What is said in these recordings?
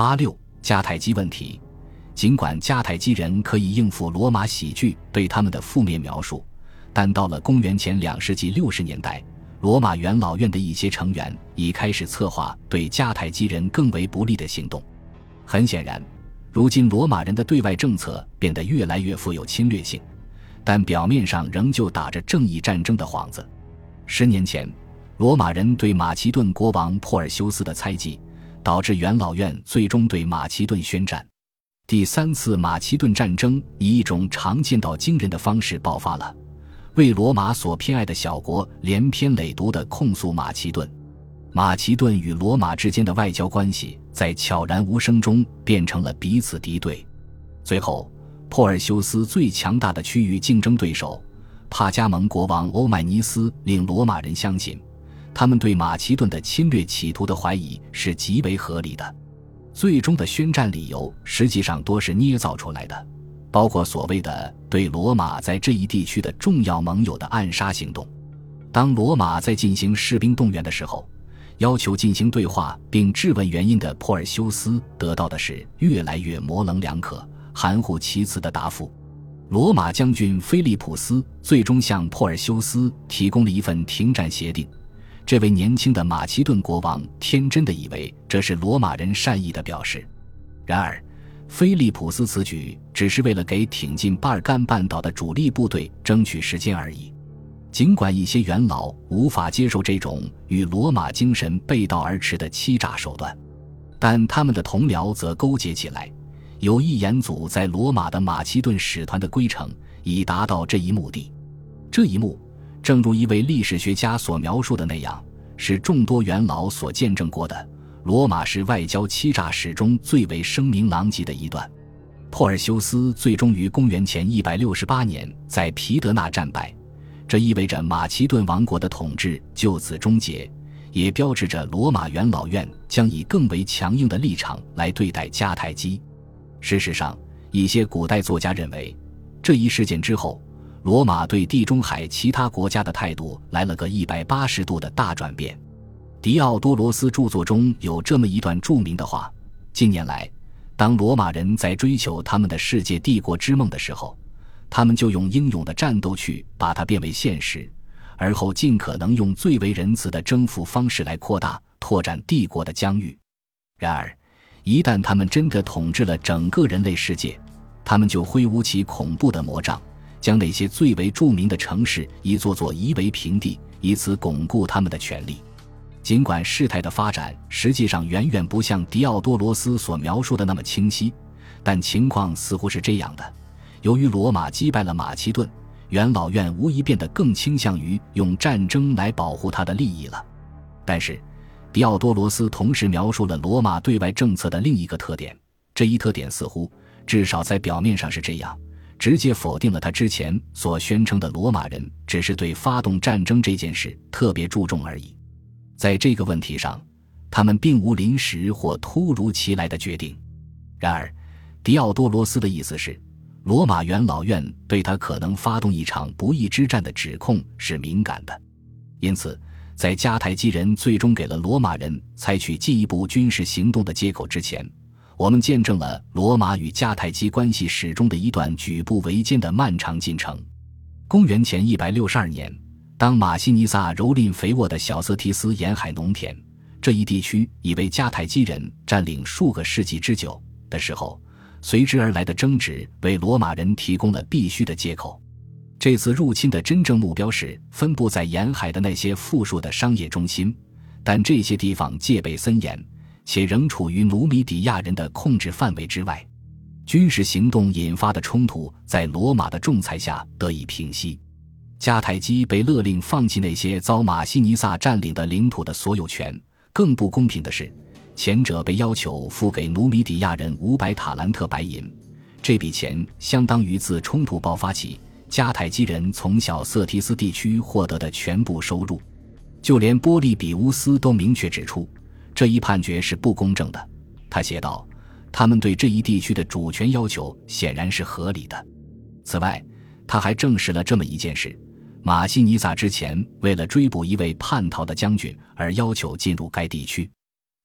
86迦太基问题。尽管迦太基人可以应付罗马喜剧对他们的负面描述，但到了公元前2世纪60年代，罗马元老院的一些成员已开始策划对迦太基人更为不利的行动。很显然，如今罗马人的对外政策变得越来越富有侵略性，但表面上仍旧打着正义战争的幌子。10年前，罗马人对马其顿国王珀尔修斯的猜忌，导致元老院最终对马其顿宣战。第3次马其顿战争以一种常见到惊人的方式爆发了，为罗马所偏爱的小国连篇累牍地控诉马其顿。马其顿与罗马之间的外交关系在悄然无声中变成了彼此敌对。最后，珀尔修斯最强大的区域竞争对手帕加蒙国王欧迈尼斯令罗马人相信，他们对马其顿的侵略企图的怀疑是极为合理的。最终的宣战理由实际上多是捏造出来的，包括所谓的对罗马在这一地区的重要盟友的暗杀行动。当罗马在进行士兵动员的时候，要求进行对话并质问原因的珀尔修斯得到的是越来越模棱两可、含糊其辞的答复。罗马将军菲利普斯最终向珀尔修斯提供了一份停战协定，这位年轻的马其顿国王天真地以为这是罗马人善意的表示。然而，菲利普斯此举只是为了给挺进巴尔干半岛的主力部队争取时间而已。尽管一些元老无法接受这种与罗马精神背道而驰的欺诈手段，但他们的同僚则勾结起来，有意延阻在罗马的马其顿使团的归程，以达到这一目的。这一幕，正如一位历史学家所描述的那样，是众多元老所见证过的罗马式外交欺诈史中最为声名狼藉的一段。珀尔修斯最终于公元前168年在皮德纳战败，这意味着马其顿王国的统治就此终结，也标志着罗马元老院将以更为强硬的立场来对待迦太基。事实上，一些古代作家认为，这一事件之后，罗马对地中海其他国家的态度来了个180度的大转变。狄奥多罗斯著作中有这么一段著名的话：近年来，当罗马人在追求他们的世界帝国之梦的时候，他们就用英勇的战斗去把它变为现实，而后尽可能用最为仁慈的征服方式来扩大拓展帝国的疆域。然而，一旦他们真的统治了整个人类世界，他们就挥舞起恐怖的魔杖，将那些最为著名的城市一座座夷为平地，以此巩固他们的权力。尽管事态的发展实际上远远不像狄奥多罗斯所描述的那么清晰，但情况似乎是这样的：由于罗马击败了马其顿，元老院无疑变得更倾向于用战争来保护他的利益了。但是，狄奥多罗斯同时描述了罗马对外政策的另一个特点，这一特点似乎，至少在表面上是这样，直接否定了他之前所宣称的罗马人只是对发动战争这件事特别注重而已。在这个问题上，他们并无临时或突如其来的决定。然而，狄奥多罗斯的意思是，罗马元老院对他可能发动一场不义之战的指控是敏感的。因此，在迦太基人最终给了罗马人采取进一步军事行动的借口之前，我们见证了罗马与迦太基关系史中的一段举步维艰的漫长进程。公元前162年，当马西尼萨蹂躏肥沃的小色提斯沿海农田，这一地区已为迦太基人占领数个世纪之久的时候，随之而来的争执为罗马人提供了必须的借口。这次入侵的真正目标是分布在沿海的那些富庶的商业中心，但这些地方戒备森严，且仍处于努米底亚人的控制范围之外。军事行动引发的冲突在罗马的仲裁下得以平息。迦太基被勒令放弃那些遭马西尼萨占领的领土的所有权。更不公平的是，前者被要求付给努米底亚人500塔兰特白银，这笔钱相当于自冲突爆发起迦太基人从小色提斯地区获得的全部收入。就连波利比乌斯都明确指出，这一判决是不公正的。他写道，他们对这一地区的主权要求显然是合理的。此外，他还证实了这么一件事：马西尼萨之前为了追捕一位叛逃的将军而要求进入该地区。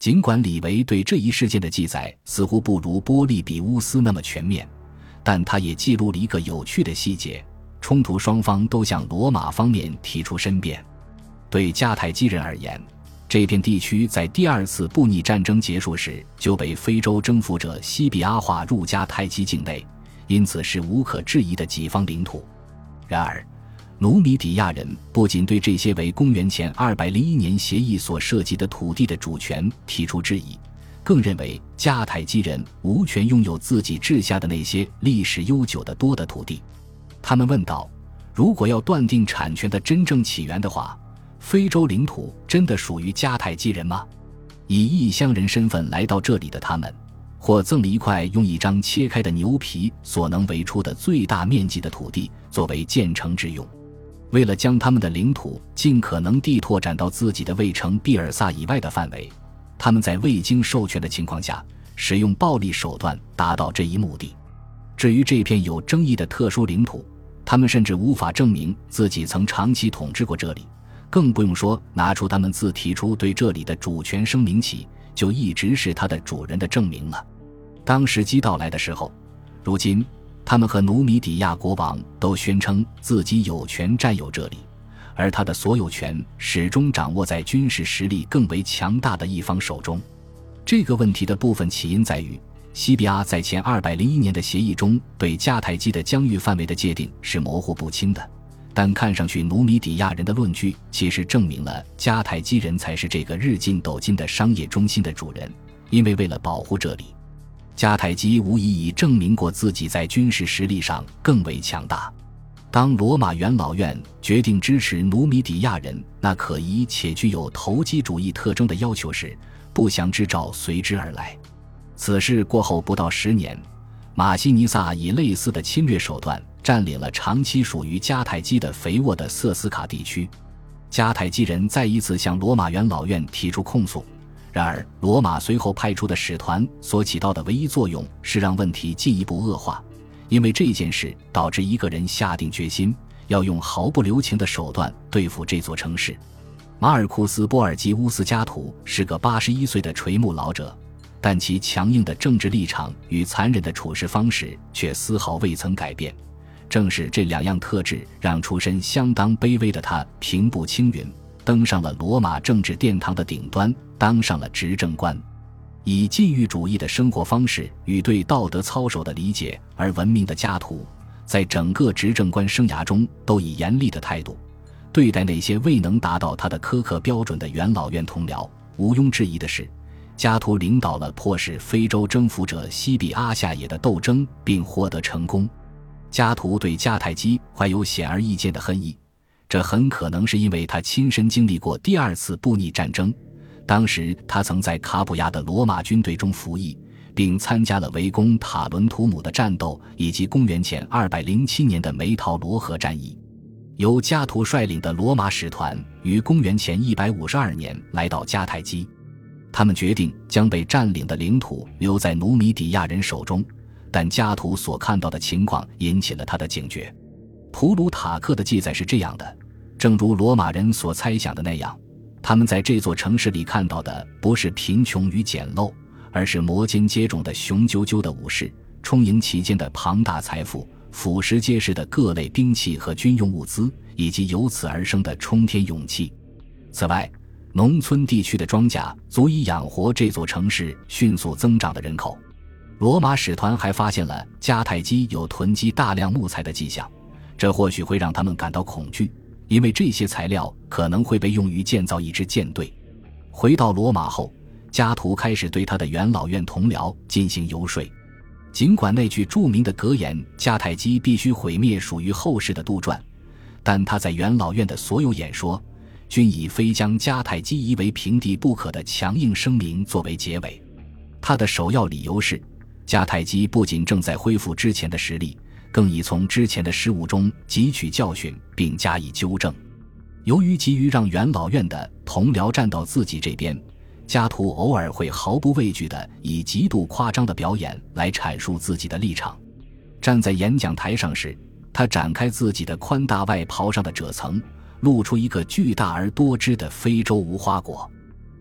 尽管李维对这一事件的记载似乎不如波利比乌斯那么全面，但他也记录了一个有趣的细节：冲突双方都向罗马方面提出申辩。对迦太基人而言，这片地区在第二次布匿战争结束时就被非洲征服者西比阿划入迦太基境内，因此是无可置疑的己方领土。然而努米底亚人不仅对这些为公元前201年协议所涉及的土地的主权提出质疑，更认为迦太基人无权拥有自己治下的那些历史悠久的多的土地。他们问道，如果要断定产权的真正起源的话，非洲领土真的属于迦太基人吗？以异乡人身份来到这里的他们，或赠了一块用一张切开的牛皮所能围出的最大面积的土地作为建城之用。为了将他们的领土尽可能地拓展到自己的卫城毕尔萨以外的范围，他们在未经授权的情况下使用暴力手段达到这一目的。至于这片有争议的特殊领土，他们甚至无法证明自己曾长期统治过这里，更不用说拿出他们自提出对这里的主权声明起就一直是他的主人的证明了。当时机到来的时候，如今他们和努米底亚国王都宣称自己有权占有这里，而他的所有权始终掌握在军事实力更为强大的一方手中。这个问题的部分起因在于，西比阿在前201年的协议中对迦太基的疆域范围的界定是模糊不清的，但看上去努米底亚人的论据其实证明了迦太基人才是这个日进斗金的商业中心的主人，因为为了保护这里，迦太基无疑已证明过自己在军事实力上更为强大。当罗马元老院决定支持努米底亚人那可疑且具有投机主义特征的要求时，不祥之兆随之而来。此事过后不到10年，马西尼萨以类似的侵略手段占领了长期属于迦太基的肥沃的瑟斯卡地区。迦太基人再一次向罗马元老院提出控诉，然而罗马随后派出的使团所起到的唯一作用是让问题进一步恶化，因为这件事导致一个人下定决心要用毫不留情的手段对付这座城市。马尔库斯·波尔基乌斯加图是个81岁的垂暮老者，但其强硬的政治立场与残忍的处事方式却丝毫未曾改变。正是这两样特质让出身相当卑微的他平步青云，登上了罗马政治殿堂的顶端，当上了执政官。以禁欲主义的生活方式与对道德操守的理解而闻名的加图，在整个执政官生涯中都以严厉的态度对待那些未能达到他的苛刻标准的元老院同僚。毋庸置疑的是，加图领导了迫使非洲征服者西比阿下野的斗争，并获得成功。加图对迦太基怀有显而易见的恨意，这很可能是因为他亲身经历过第二次布匿战争，当时他曾在卡普亚的罗马军队中服役，并参加了围攻塔伦图姆的战斗，以及公元前207年的梅陶罗河战役。由加图率领的罗马使团于公元前152年来到迦太基，他们决定将被占领的领土留在努米底亚人手中，但加图所看到的情况引起了他的警觉。普鲁塔克的记载是这样的，正如罗马人所猜想的那样，他们在这座城市里看到的不是贫穷与简陋，而是摩肩接踵的雄赳赳的武士，充盈其间的庞大财富，俯拾皆是的各类兵器和军用物资，以及由此而生的冲天勇气。此外，农村地区的庄稼足以养活这座城市迅速增长的人口。罗马使团还发现了迦太基有囤积大量木材的迹象，这或许会让他们感到恐惧，因为这些材料可能会被用于建造一支舰队。回到罗马后，加图开始对他的元老院同僚进行游说。尽管那句著名的格言迦太基必须毁灭属于后世的杜撰，但他在元老院的所有演说均以非将迦太基夷为平地不可的强硬声明作为结尾。他的首要理由是，迦太基不仅正在恢复之前的实力，更已从之前的失误中汲取教训并加以纠正。由于急于让元老院的同僚站到自己这边，加图偶尔会毫不畏惧地以极度夸张的表演来阐述自己的立场。站在演讲台上时，他展开自己的宽大外袍上的褶层，露出一个巨大而多汁的非洲无花果。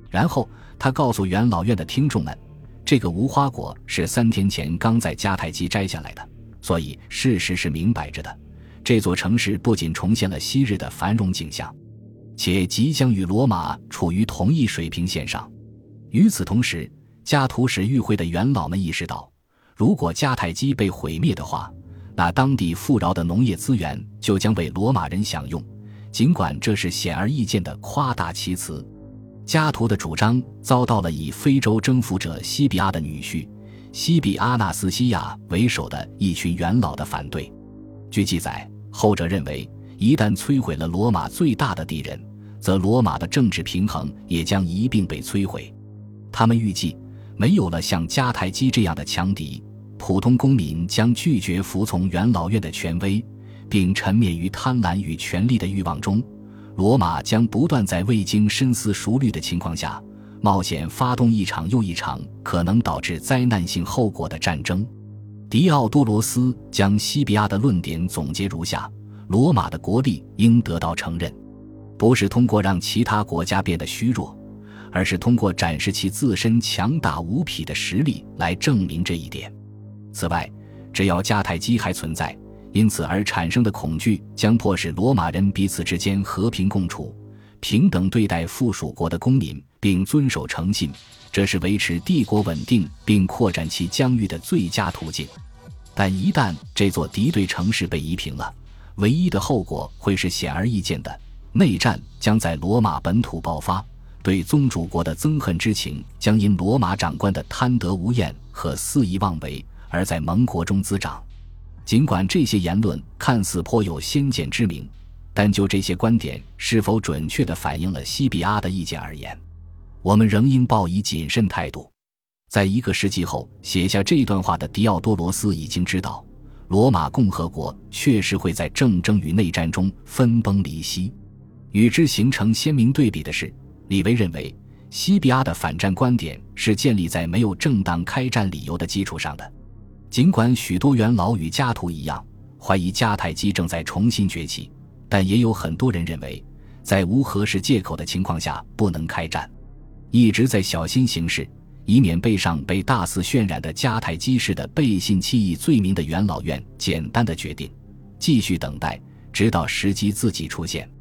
然后他告诉元老院的听众们，这个无花果是3天前刚在迦太基摘下来的，所以事实是明摆着的，这座城市不仅重现了昔日的繁荣景象，且即将与罗马处于同一水平线上。与此同时，加图什与会的元老们意识到，如果迦太基被毁灭的话，那当地富饶的农业资源就将被罗马人享用，尽管这是显而易见的夸大其词。加图的主张遭到了以非洲征服者西比阿的女婿西比阿纳斯西亚为首的一群元老的反对。据记载，后者认为，一旦摧毁了罗马最大的敌人，则罗马的政治平衡也将一并被摧毁。他们预计，没有了像迦太基这样的强敌，普通公民将拒绝服从元老院的权威，并沉湎于贪婪与权力的欲望中。罗马将不断在未经深思熟虑的情况下，冒险发动一场又一场可能导致灾难性后果的战争。狄奥多罗斯将西比亚的论点总结如下：罗马的国力应得到承认，不是通过让其他国家变得虚弱，而是通过展示其自身强大无匹的实力来证明这一点。此外，只要迦太基还存在，因此而产生的恐惧将迫使罗马人彼此之间和平共处，平等对待附属国的公民，并遵守诚信，这是维持帝国稳定并扩展其疆域的最佳途径。但一旦这座敌对城市被夷平了，唯一的后果会是显而易见的，内战将在罗马本土爆发，对宗主国的憎恨之情将因罗马长官的贪得无厌和肆意妄为而在盟国中滋长。尽管这些言论看似颇有先见之明，但就这些观点是否准确地反映了西比阿的意见而言，我们仍应抱以谨慎态度。在1个世纪后写下这段话的狄奥多罗斯已经知道，罗马共和国确实会在政争与内战中分崩离析。与之形成鲜明对比的是，李维认为西比阿的反战观点是建立在没有正当开战理由的基础上的。尽管许多元老与加图一样怀疑迦太基正在重新崛起，但也有很多人认为，在无合适借口的情况下不能开战。一直在小心行事，以免背上被大肆渲染的迦太基式的背信弃义罪名的元老院简单的决定，继续等待，直到时机自己出现。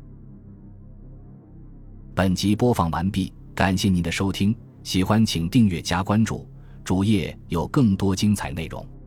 本集播放完毕，感谢您的收听，喜欢请订阅加关注，主页有更多精彩内容。